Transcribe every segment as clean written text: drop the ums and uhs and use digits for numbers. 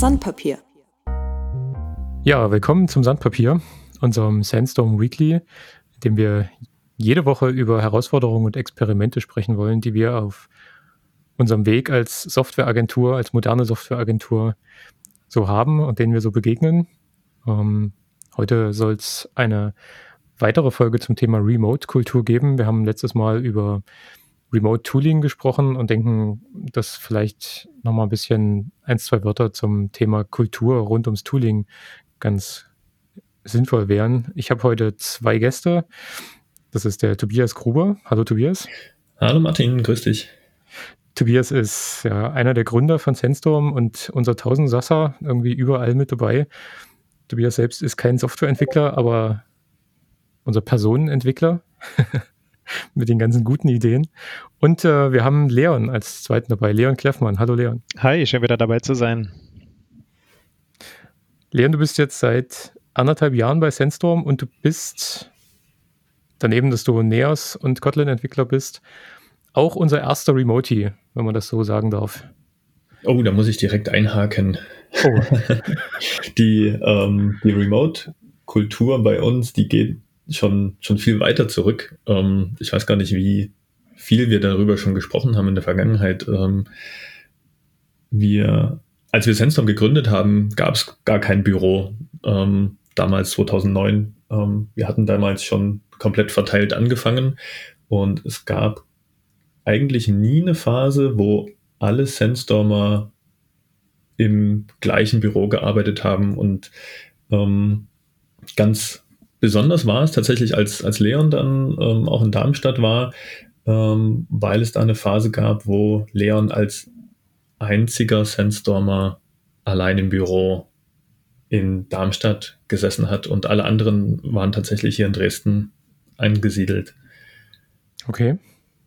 Sandpapier. Ja, willkommen zum Sandpapier, unserem Sandstorm Weekly, in dem wir jede Woche über Herausforderungen und Experimente sprechen wollen, die wir auf unserem Weg als Softwareagentur, als moderne Softwareagentur so haben und denen wir so begegnen. Heute soll es eine weitere Folge zum Thema Remote-Kultur geben. Wir haben letztes Mal über Remote-Tooling gesprochen und denken, dass vielleicht nochmal ein bisschen 1-2 Wörter zum Thema Kultur rund ums Tooling ganz sinnvoll wären. Ich habe heute 2 Gäste. Das ist der Tobias Gruber. Hallo Tobias. Hallo Martin, grüß dich. Tobias ist ja einer der Gründer von Sandstorm und unser Tausendsasser, irgendwie überall mit dabei. Tobias selbst ist kein Softwareentwickler, aber unser Personenentwickler mit den ganzen guten Ideen. Und wir haben Leon als Zweiten dabei, Leon Kleffmann. Hallo Leon. Hi, schön wieder dabei zu sein. Leon, du bist jetzt seit 1,5 Jahren bei Sandstorm und du bist, daneben, dass du Neos und Kotlin-Entwickler bist, auch unser erster Remotie, wenn man das so sagen darf. Oh, da muss ich direkt einhaken. Oh. Die Remote-Kultur bei uns, die geht schon viel weiter zurück. Ich weiß gar nicht, wie viel wir darüber schon gesprochen haben in der Vergangenheit. Als wir Sandstorm gegründet haben, gab es gar kein Büro. Damals 2009. Wir hatten damals schon komplett verteilt angefangen und es gab eigentlich nie eine Phase, wo alle Sandstormer im gleichen Büro gearbeitet haben und ganz besonders war es tatsächlich, als Leon dann auch in Darmstadt war, weil es da eine Phase gab, wo Leon als einziger Sandstormer allein im Büro in Darmstadt gesessen hat und alle anderen waren tatsächlich hier in Dresden eingesiedelt. Okay.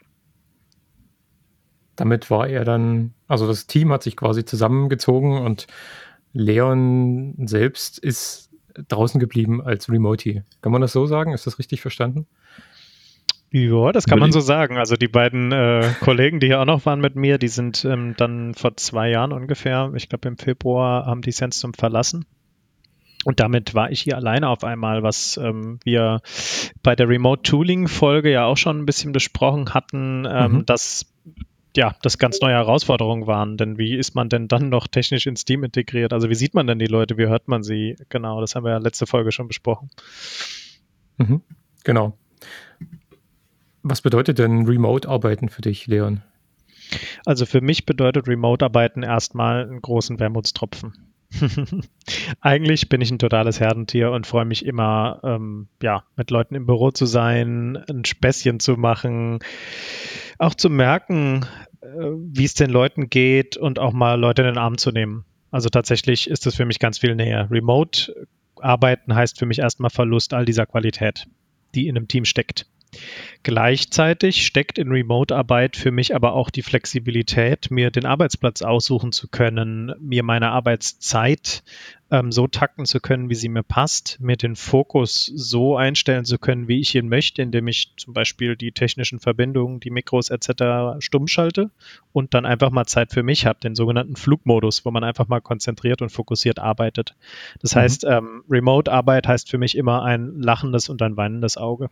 Damit war er dann, also das Team hat sich quasi zusammengezogen und Leon selbst ist draußen geblieben als Remotie. Kann man das so sagen? Ist das richtig verstanden? Ja, das kann man so sagen. Also die beiden Kollegen, die hier auch noch waren mit mir, die sind dann vor 2 Jahren ungefähr, ich glaube im Februar, haben die Sandstorm verlassen. Und damit war ich hier alleine auf einmal, was wir bei der Remote-Tooling-Folge ja auch schon ein bisschen besprochen hatten, dass das ganz neue Herausforderungen waren. Denn wie ist man denn dann noch technisch ins Team integriert? Also wie sieht man denn die Leute? Wie hört man sie? Genau, das haben wir ja letzte Folge schon besprochen. Mhm, genau. Was bedeutet denn Remote-Arbeiten für dich, Leon? Also für mich bedeutet Remote-Arbeiten erstmal einen großen Wermutstropfen. Eigentlich bin ich ein totales Herdentier und freue mich immer, mit Leuten im Büro zu sein, ein Späßchen zu machen, auch zu merken, wie es den Leuten geht und auch mal Leute in den Arm zu nehmen. Also tatsächlich ist das für mich ganz viel näher. Remote-Arbeiten heißt für mich erstmal Verlust all dieser Qualität, die in einem Team steckt. Gleichzeitig steckt in Remote-Arbeit für mich aber auch die Flexibilität, mir den Arbeitsplatz aussuchen zu können, mir meine Arbeitszeit so takten zu können, wie sie mir passt, mir den Fokus so einstellen zu können, wie ich ihn möchte, indem ich zum Beispiel die technischen Verbindungen, die Mikros etc. stumm schalte und dann einfach mal Zeit für mich habe, den sogenannten Flugmodus, wo man einfach mal konzentriert und fokussiert arbeitet. Das heißt, Remote-Arbeit heißt für mich immer ein lachendes und ein weinendes Auge.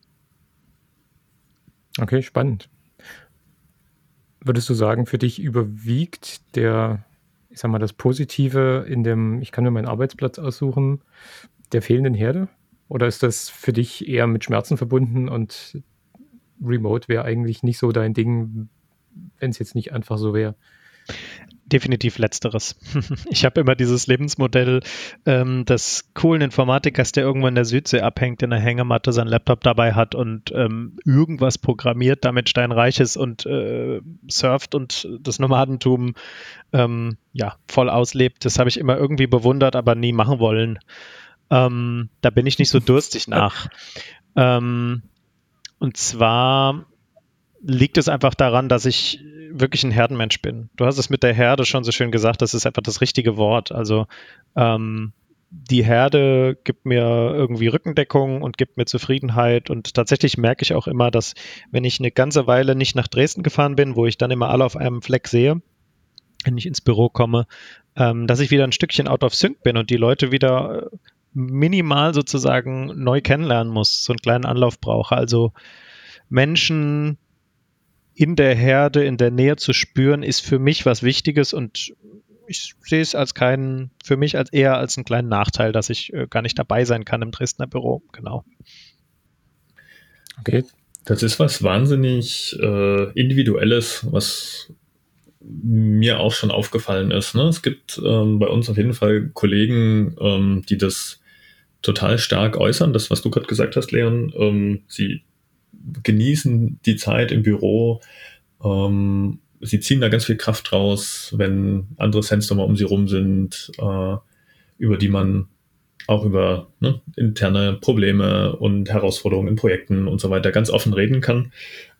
Okay, spannend. Würdest du sagen, für dich überwiegt das Positive in dem, ich kann mir meinen Arbeitsplatz aussuchen, der fehlenden Herde? Oder ist das für dich eher mit Schmerzen verbunden und Remote wäre eigentlich nicht so dein Ding, wenn es jetzt nicht einfach so wäre? Definitiv Letzteres. Ich habe immer dieses Lebensmodell des coolen Informatikers, der irgendwo in der Südsee abhängt, in der Hängematte seinen Laptop dabei hat und irgendwas programmiert, damit steinreich ist und surft und das Nomadentum voll auslebt. Das habe ich immer irgendwie bewundert, aber nie machen wollen. Da bin ich nicht so durstig nach. Und zwar liegt es einfach daran, dass ich wirklich ein Herdenmensch bin. Du hast es mit der Herde schon so schön gesagt, das ist einfach das richtige Wort. Also die Herde gibt mir irgendwie Rückendeckung und gibt mir Zufriedenheit und tatsächlich merke ich auch immer, dass wenn ich eine ganze Weile nicht nach Dresden gefahren bin, wo ich dann immer alle auf einem Fleck sehe, wenn ich ins Büro komme, dass ich wieder ein Stückchen out of sync bin und die Leute wieder minimal sozusagen neu kennenlernen muss, so einen kleinen Anlauf brauche. Also Menschen in der Herde, in der Nähe zu spüren, ist für mich was Wichtiges und ich sehe es für mich eher als einen kleinen Nachteil, dass ich gar nicht dabei sein kann im Dresdner Büro. Genau. Okay. Das ist was wahnsinnig Individuelles, was mir auch schon aufgefallen ist. Ne? Es gibt bei uns auf jeden Fall Kollegen, die das total stark äußern, das, was du gerade gesagt hast, Leon. Sie genießen die Zeit im Büro. Sie ziehen da ganz viel Kraft raus, wenn andere Sandstormer um sie rum sind, über die man auch über interne Probleme und Herausforderungen in Projekten und so weiter ganz offen reden kann.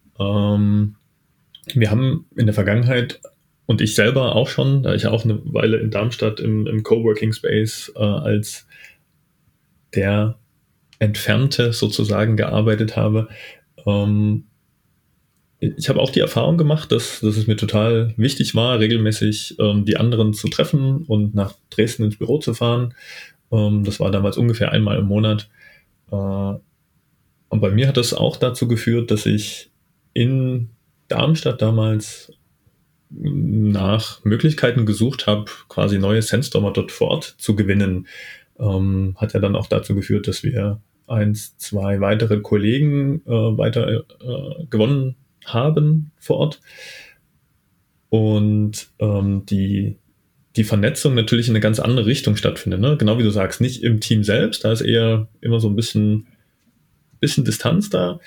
Wir haben in der Vergangenheit und ich selber auch schon, da ich ja auch eine Weile in Darmstadt im Coworking Space als der Entfernte sozusagen gearbeitet habe, ich habe auch die Erfahrung gemacht, dass es mir total wichtig war, regelmäßig die anderen zu treffen und nach Dresden ins Büro zu fahren. Das war damals ungefähr einmal im Monat. Und bei mir hat das auch dazu geführt, dass ich in Darmstadt damals nach Möglichkeiten gesucht habe, quasi neue Sandstormer dort vor Ort zu gewinnen. Hat ja dann auch dazu geführt, dass wir 2 weitere Kollegen gewonnen haben vor Ort. Und die Vernetzung natürlich in eine ganz andere Richtung stattfindet. Ne? Genau wie du sagst, nicht im Team selbst, da ist eher immer so ein bisschen Distanz da,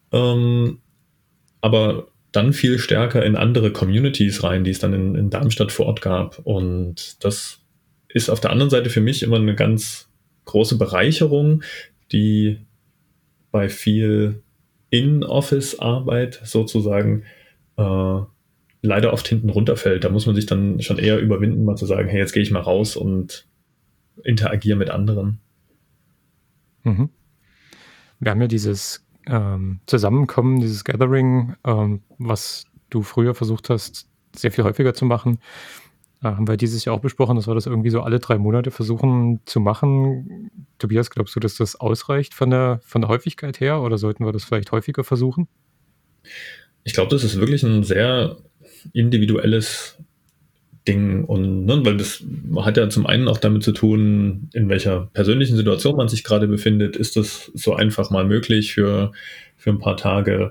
aber dann viel stärker in andere Communities rein, die es dann in Darmstadt vor Ort gab. Und das ist auf der anderen Seite für mich immer eine ganz große Bereicherung, die bei viel In-Office-Arbeit sozusagen leider oft hinten runterfällt. Da muss man sich dann schon eher überwinden, mal zu sagen, hey, jetzt gehe ich mal raus und interagiere mit anderen. Mhm. Wir haben ja dieses Zusammenkommen, dieses Gathering, was du früher versucht hast, sehr viel häufiger zu machen. Haben wir dieses Jahr auch besprochen, dass wir das irgendwie so alle 3 Monate versuchen zu machen. Tobias, glaubst du, dass das ausreicht von der Häufigkeit her oder sollten wir das vielleicht häufiger versuchen? Ich glaube, das ist wirklich ein sehr individuelles Ding und weil das hat ja zum einen auch damit zu tun, in welcher persönlichen Situation man sich gerade befindet. Ist das so einfach mal möglich für ein paar Tage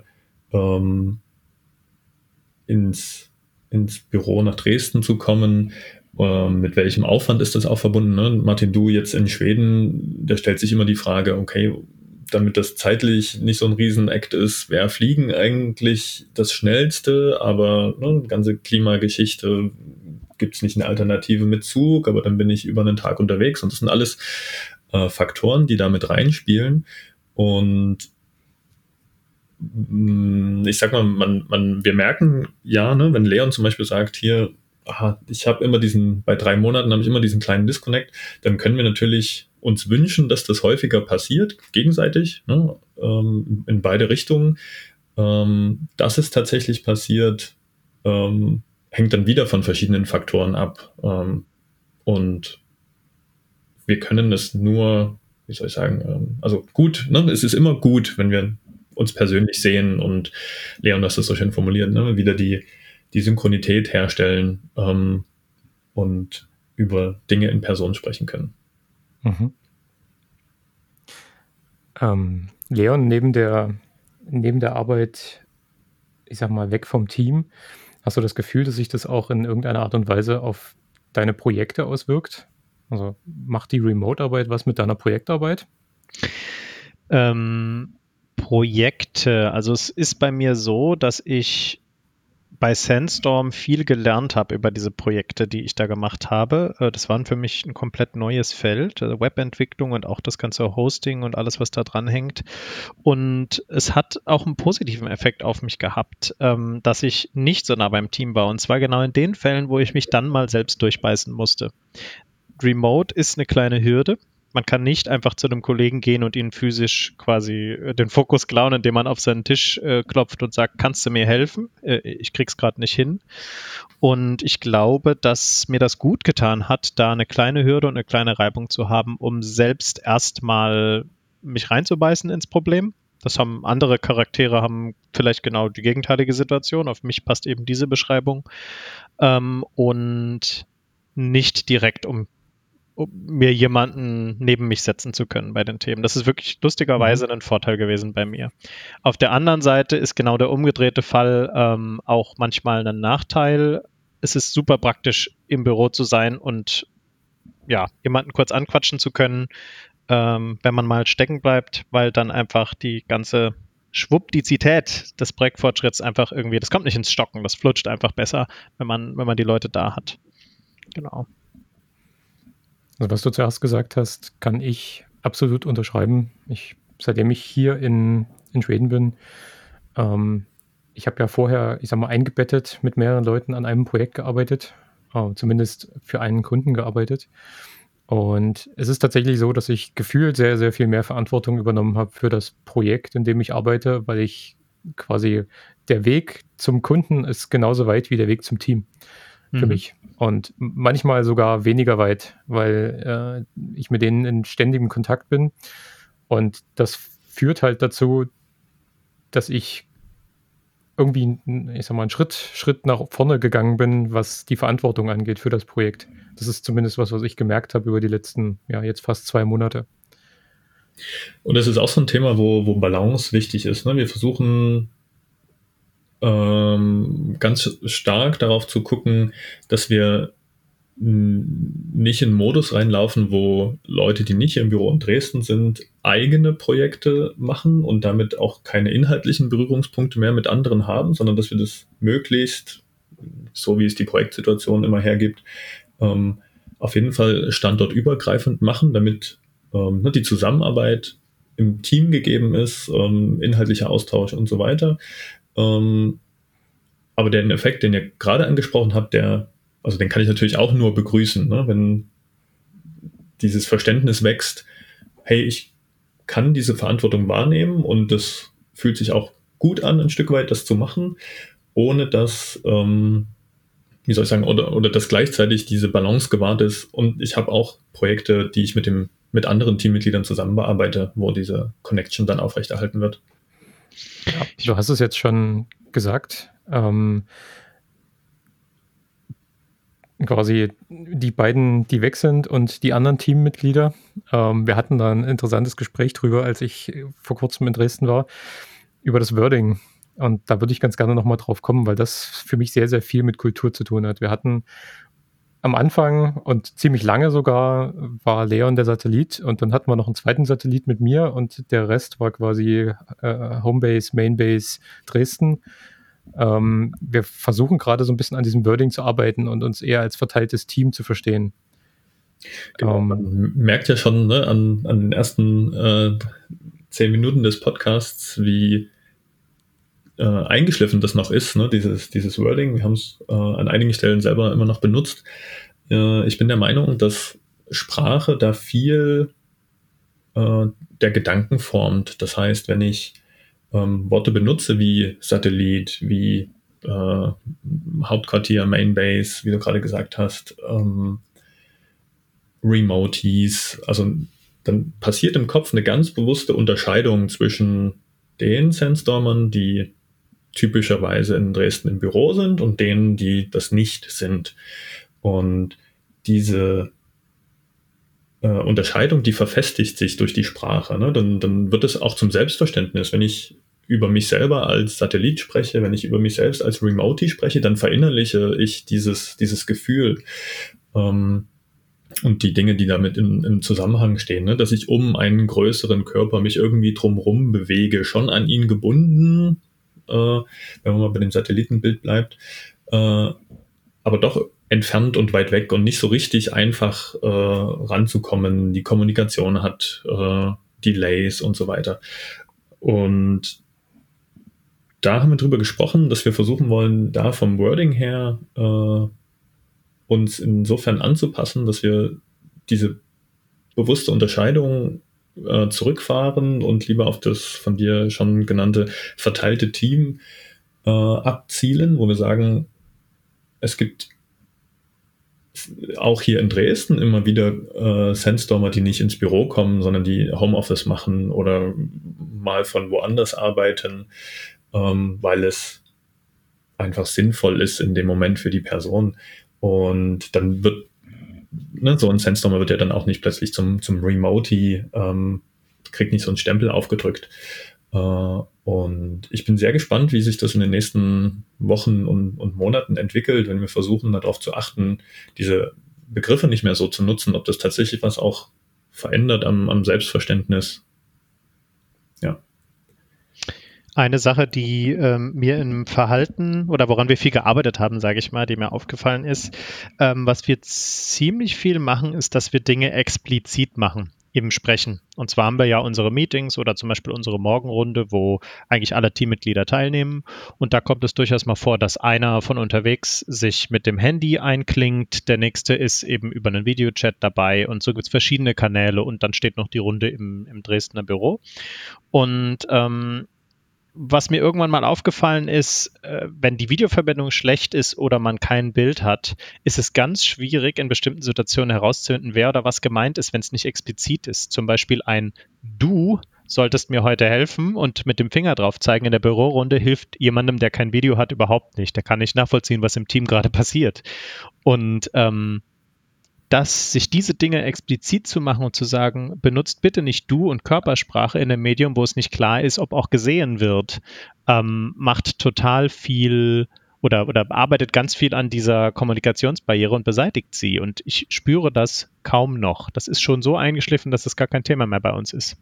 ins Büro nach Dresden zu kommen? Mit welchem Aufwand ist das auch verbunden? Ne? Martin, du jetzt in Schweden, da stellt sich immer die Frage, okay, damit das zeitlich nicht so ein Riesenakt ist, wäre Fliegen eigentlich das Schnellste, aber die ganze Klimageschichte, gibt es nicht eine Alternative mit Zug, aber dann bin ich über einen Tag unterwegs und das sind alles Faktoren, die da mit reinspielen und ich sag mal, wir merken ja, wenn Leon zum Beispiel sagt, hier, ich habe immer bei 3 Monaten habe ich immer diesen kleinen Disconnect, dann können wir natürlich uns wünschen, dass das häufiger passiert, gegenseitig, in beide Richtungen. Dass es tatsächlich passiert, hängt dann wieder von verschiedenen Faktoren ab. Und wir können es nur, wie soll ich sagen, also gut, es ist immer gut, wenn wir uns persönlich sehen und Leon, das ist so schön formuliert, wieder die Synchronität herstellen und über Dinge in Person sprechen können. Mhm. Leon, neben der Arbeit, ich sag mal, weg vom Team, hast du das Gefühl, dass sich das auch in irgendeiner Art und Weise auf deine Projekte auswirkt? Also macht die Remote-Arbeit was mit deiner Projektarbeit? Projekte, also es ist bei mir so, dass ich bei Sandstorm viel gelernt habe über diese Projekte, die ich da gemacht habe. Das war für mich ein komplett neues Feld, Webentwicklung und auch das ganze Hosting und alles, was da dran hängt. Und es hat auch einen positiven Effekt auf mich gehabt, dass ich nicht so nah beim Team war. Und zwar genau in den Fällen, wo ich mich dann mal selbst durchbeißen musste. Remote ist eine kleine Hürde, man kann nicht einfach zu einem Kollegen gehen und ihn physisch quasi den Fokus klauen, indem man auf seinen Tisch klopft und sagt, kannst du mir helfen? Ich krieg's gerade nicht hin. Und ich glaube, dass mir das gut getan hat, da eine kleine Hürde und eine kleine Reibung zu haben, um selbst erstmal mich reinzubeißen ins Problem. Das haben andere Charaktere, haben vielleicht genau die gegenteilige Situation. Auf mich passt eben diese Beschreibung. Und nicht direkt, um mir jemanden neben mich setzen zu können bei den Themen. Das ist wirklich lustigerweise ein Vorteil gewesen bei mir. Auf der anderen Seite ist genau der umgedrehte Fall auch manchmal ein Nachteil. Es ist super praktisch, im Büro zu sein und ja, jemanden kurz anquatschen zu können, wenn man mal stecken bleibt, weil dann einfach die ganze Schwuppdizität des Projektfortschritts einfach irgendwie, das kommt nicht ins Stocken, das flutscht einfach besser, wenn man die Leute da hat. Genau. Also was du zuerst gesagt hast, kann ich absolut unterschreiben. Seitdem ich hier in Schweden bin, ich habe ja vorher, ich sag mal, eingebettet mit mehreren Leuten an einem Projekt gearbeitet, zumindest für einen Kunden gearbeitet. Und es ist tatsächlich so, dass ich gefühlt sehr, sehr viel mehr Verantwortung übernommen habe für das Projekt, in dem ich arbeite, weil ich quasi, der Weg zum Kunden ist genauso weit wie der Weg zum Team für mich. Und manchmal sogar weniger weit, weil ich mit denen in ständigem Kontakt bin. Und das führt halt dazu, dass ich irgendwie, ich sag mal, einen Schritt nach vorne gegangen bin, was die Verantwortung angeht für das Projekt. Das ist zumindest was ich gemerkt habe über die letzten, ja, jetzt fast 2 Monate. Und es ist auch so ein Thema, wo Balance wichtig ist. Ne? Wir versuchen ganz stark darauf zu gucken, dass wir nicht in einen Modus reinlaufen, wo Leute, die nicht im Büro in Dresden sind, eigene Projekte machen und damit auch keine inhaltlichen Berührungspunkte mehr mit anderen haben, sondern dass wir das möglichst, so wie es die Projektsituation immer hergibt, auf jeden Fall standortübergreifend machen, damit die Zusammenarbeit im Team gegeben ist, inhaltlicher Austausch und so weiter. Aber den Effekt, den ihr gerade angesprochen habt, den kann ich natürlich auch nur begrüßen, ne? Wenn dieses Verständnis wächst, hey, ich kann diese Verantwortung wahrnehmen und das fühlt sich auch gut an, ein Stück weit das zu machen, ohne dass, wie soll ich sagen, oder dass gleichzeitig diese Balance gewahrt ist. Und ich habe auch Projekte, die ich mit anderen Teammitgliedern zusammen bearbeite, wo diese Connection dann aufrechterhalten wird. Ja, du hast es jetzt schon gesagt. Quasi die beiden, die weg sind und die anderen Teammitglieder. Wir hatten da ein interessantes Gespräch drüber, als ich vor kurzem in Dresden war, über das Wording. Und da würde ich ganz gerne nochmal drauf kommen, weil das für mich sehr, sehr viel mit Kultur zu tun hat. Wir hatten am Anfang und ziemlich lange sogar war Leon der Satellit und dann hatten wir noch einen zweiten Satellit mit mir und der Rest war quasi Homebase, Mainbase Dresden. Wir versuchen gerade so ein bisschen an diesem Wording zu arbeiten und uns eher als verteiltes Team zu verstehen. Genau, man merkt ja schon, ne, an den ersten 10 Minuten des Podcasts, wie eingeschliffen das noch ist, ne, dieses Wording. Wir haben es an einigen Stellen selber immer noch benutzt. Ich bin der Meinung, dass Sprache da viel der Gedanken formt. Das heißt, wenn ich Worte benutze wie Satellit, wie Hauptquartier, Mainbase, wie du gerade gesagt hast, Remotees, also dann passiert im Kopf eine ganz bewusste Unterscheidung zwischen den Sandstormern, die typischerweise in Dresden im Büro sind und denen, die das nicht sind. Und diese Unterscheidung, die verfestigt sich durch die Sprache. Ne? Dann wird es auch zum Selbstverständnis. Wenn ich über mich selber als Satellit spreche, wenn ich über mich selbst als Remotee spreche, dann verinnerliche ich dieses Gefühl und die Dinge, die damit im Zusammenhang stehen, ne? Dass ich um einen größeren Körper mich irgendwie drumherum bewege, schon an ihn gebunden, wenn man mal bei dem Satellitenbild bleibt, aber doch entfernt und weit weg und nicht so richtig einfach ranzukommen. Die Kommunikation hat Delays und so weiter. Und da haben wir drüber gesprochen, dass wir versuchen wollen, da vom Wording her uns insofern anzupassen, dass wir diese bewusste Unterscheidung zurückfahren und lieber auf das von dir schon genannte verteilte Team abzielen, wo wir sagen, es gibt auch hier in Dresden immer wieder Sandstormer, die nicht ins Büro kommen, sondern die Homeoffice machen oder mal von woanders arbeiten, weil es einfach sinnvoll ist in dem Moment für die Person. Und dann wird, so ein Sandstormer wird ja dann auch nicht plötzlich zum Remote, kriegt nicht so einen Stempel aufgedrückt. Und ich bin sehr gespannt, wie sich das in den nächsten Wochen und Monaten entwickelt, wenn wir versuchen, darauf zu achten, diese Begriffe nicht mehr so zu nutzen, ob das tatsächlich was auch verändert am Selbstverständnis. Ja. Eine Sache, die mir im Verhalten oder woran wir viel gearbeitet haben, sage ich mal, die mir aufgefallen ist, was wir ziemlich viel machen, ist, dass wir Dinge explizit machen im Sprechen. Und zwar haben wir ja unsere Meetings oder zum Beispiel unsere Morgenrunde, wo eigentlich alle Teammitglieder teilnehmen. Und da kommt es durchaus mal vor, dass einer von unterwegs sich mit dem Handy einklingt, der nächste ist eben über einen Videochat dabei und so gibt es verschiedene Kanäle und dann steht noch die Runde im Dresdner Büro. Und was mir irgendwann mal aufgefallen ist, wenn die Videoverbindung schlecht ist oder man kein Bild hat, ist es ganz schwierig, in bestimmten Situationen herauszufinden, wer oder was gemeint ist, wenn es nicht explizit ist. Zum Beispiel ein Du solltest mir heute helfen und mit dem Finger drauf zeigen in der Bürorunde hilft jemandem, der kein Video hat, überhaupt nicht. Der kann nicht nachvollziehen, was im Team gerade passiert. Und sich diese Dinge explizit zu machen und zu sagen, benutzt bitte nicht Du und Körpersprache in einem Medium, wo es nicht klar ist, ob auch gesehen wird, macht total viel oder arbeitet ganz viel an dieser Kommunikationsbarriere und beseitigt sie. Und ich spüre das kaum noch. Das ist schon so eingeschliffen, dass es gar kein Thema mehr bei uns ist.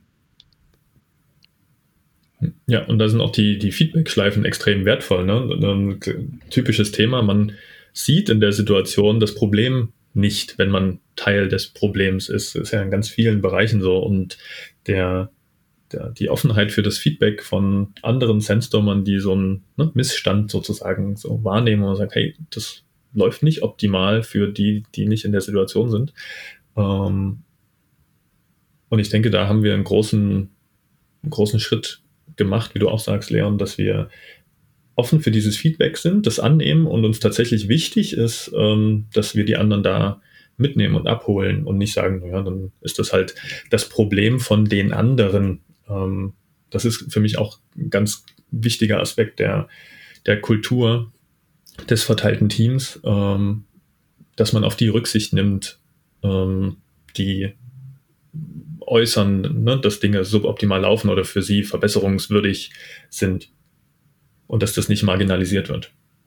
Ja, und da sind auch die Feedback-Schleifen extrem wertvoll. Ne? Ein typisches Thema, man sieht in der Situation das Problem nicht, wenn man Teil des Problems ist. Das ist ja in ganz vielen Bereichen so. Und die Offenheit für das Feedback von anderen Sandstormern, die so einen Missstand sozusagen so wahrnehmen und sagen, hey, das läuft nicht optimal für die nicht in der Situation sind. Und ich denke, da haben wir einen großen Schritt gemacht, wie du auch sagst, Leon, dass wir offen für dieses Feedback sind, das annehmen und uns tatsächlich wichtig ist, dass wir die anderen da mitnehmen und abholen und nicht sagen, naja, dann ist das halt das Problem von den anderen. Das ist für mich auch ein ganz wichtiger Aspekt der Kultur des verteilten Teams, dass man auf die Rücksicht nimmt, die äußern, dass Dinge suboptimal laufen oder für sie verbesserungswürdig sind. Und dass das nicht marginalisiert wird.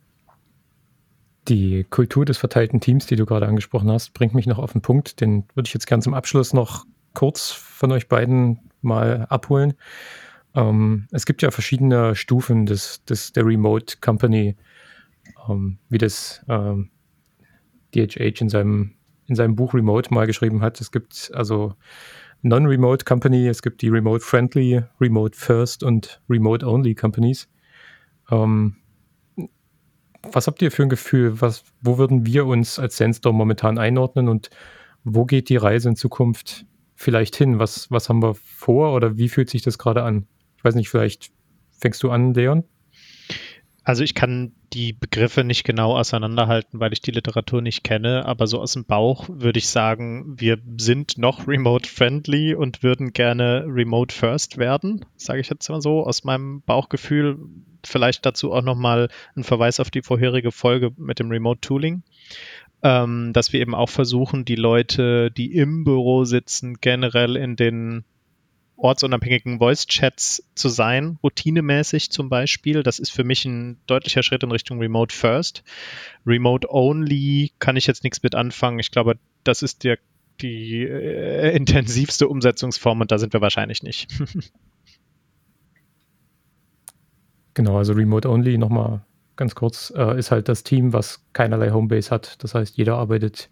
Die Kultur des verteilten Teams, die du gerade angesprochen hast, bringt mich noch auf den Punkt. Den würde ich jetzt gerne zum Abschluss noch kurz von euch beiden mal abholen. Es gibt ja verschiedene Stufen der Remote Company, wie das DHH in seinem Buch Remote mal geschrieben hat. Es gibt also Non-Remote Company, es gibt die Remote Friendly, Remote First und Remote Only Companies. Was habt ihr für ein Gefühl? Wo würden wir uns als Sandstorm momentan einordnen und wo geht die Reise in Zukunft vielleicht hin? Was haben wir vor oder wie fühlt sich das gerade an? Ich weiß nicht, vielleicht fängst du an, Leon? Also ich kann die Begriffe nicht genau auseinanderhalten, weil ich die Literatur nicht kenne, aber so aus dem Bauch würde ich sagen, wir sind noch remote-friendly und würden gerne remote-first werden, sage ich jetzt mal so, aus meinem Bauchgefühl. Vielleicht dazu auch nochmal ein Verweis auf die vorherige Folge mit dem Remote-Tooling, dass wir eben auch versuchen, die Leute, die im Büro sitzen, generell in den ortsunabhängigen Voice-Chats zu sein, routinemäßig zum Beispiel. Das ist für mich ein deutlicher Schritt in Richtung Remote First. Remote Only kann ich jetzt nichts mit anfangen. Ich glaube, das ist die intensivste Umsetzungsform und da sind wir wahrscheinlich nicht. Genau, also Remote Only, nochmal ganz kurz, ist halt das Team, was keinerlei Homebase hat. Das heißt, jeder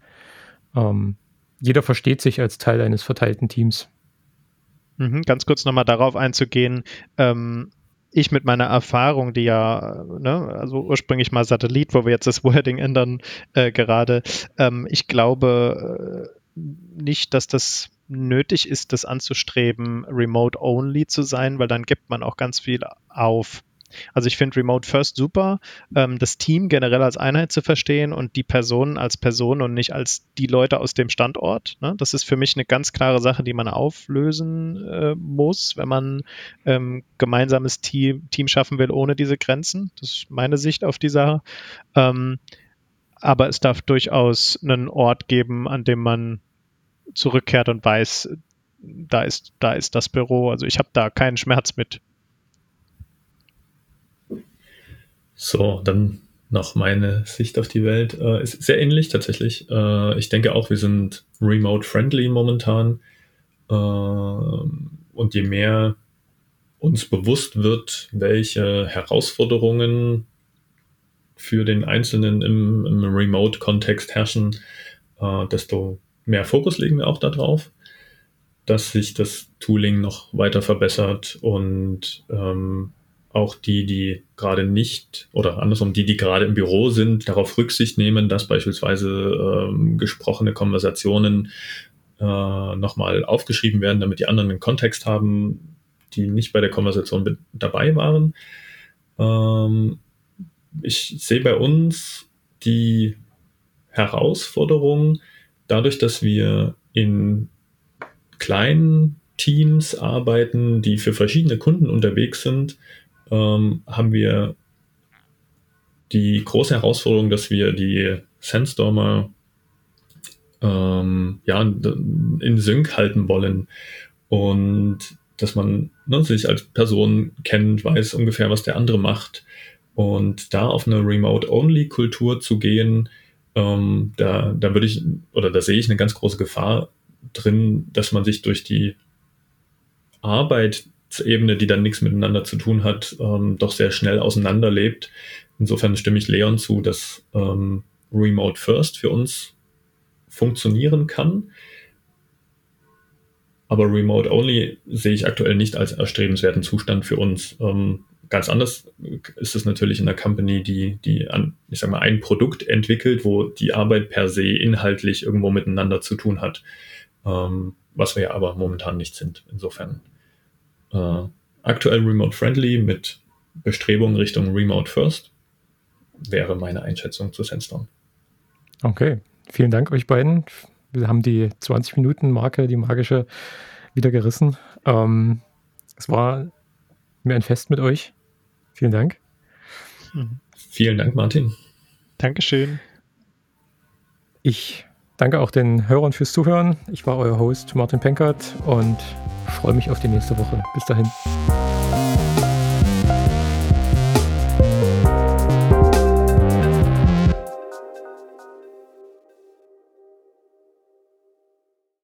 versteht sich als Teil eines verteilten Teams. Ganz kurz nochmal darauf einzugehen, ich mit meiner Erfahrung, die ja, also ursprünglich mal Satellit, wo wir jetzt das Wording ändern gerade, ich glaube nicht, dass das nötig ist, das anzustreben, remote-only zu sein, weil dann gibt man auch ganz viel auf. Also ich finde Remote First super, das Team generell als Einheit zu verstehen und die Personen als Person und nicht als die Leute aus dem Standort. Ne? Das ist für mich eine ganz klare Sache, die man auflösen muss, wenn man gemeinsames Team schaffen will ohne diese Grenzen. Das ist meine Sicht auf die Sache. Aber es darf durchaus einen Ort geben, an dem man zurückkehrt und weiß, da ist das Büro. Also ich habe da keinen Schmerz mit. So, dann noch meine Sicht auf die Welt. Ist sehr ähnlich tatsächlich. Ich denke auch, wir sind remote-friendly momentan. Und je mehr uns bewusst wird, welche Herausforderungen für den Einzelnen im Remote-Kontext herrschen, desto mehr Fokus legen wir auch darauf, dass sich das Tooling noch weiter verbessert und auch die gerade nicht, oder andersrum, die gerade im Büro sind, darauf Rücksicht nehmen, dass beispielsweise gesprochene Konversationen nochmal aufgeschrieben werden, damit die anderen einen Kontext haben, die nicht bei der Konversation dabei waren. Ich sehe bei uns die Herausforderung, dadurch, dass wir in kleinen Teams arbeiten, die für verschiedene Kunden unterwegs sind, haben wir die große Herausforderung, dass wir die Sandstormer in Sync halten wollen und dass man sich als Person kennt, weiß ungefähr, was der andere macht und da auf eine Remote-Only-Kultur zu gehen, da sehe ich eine ganz große Gefahr drin, dass man sich durch die Arbeitsebene, die dann nichts miteinander zu tun hat, doch sehr schnell auseinanderlebt. Insofern stimme ich Leon zu, dass Remote First für uns funktionieren kann. Aber Remote Only sehe ich aktuell nicht als erstrebenswerten Zustand für uns. Ganz anders ist es natürlich in einer Company, die ein Produkt entwickelt, wo die Arbeit per se inhaltlich irgendwo miteinander zu tun hat, was wir ja aber momentan nicht sind. Insofern aktuell Remote Friendly mit Bestrebungen Richtung Remote First wäre meine Einschätzung zu Sandstorm. Okay, vielen Dank euch beiden. Wir haben die 20-Minuten-Marke, die magische, wieder gerissen. Es war mir ein Fest mit euch. Vielen Dank. Vielen Dank, Martin. Dankeschön. Ich danke auch den Hörern fürs Zuhören. Ich war euer Host Martin Penkert und freue mich auf die nächste Woche. Bis dahin.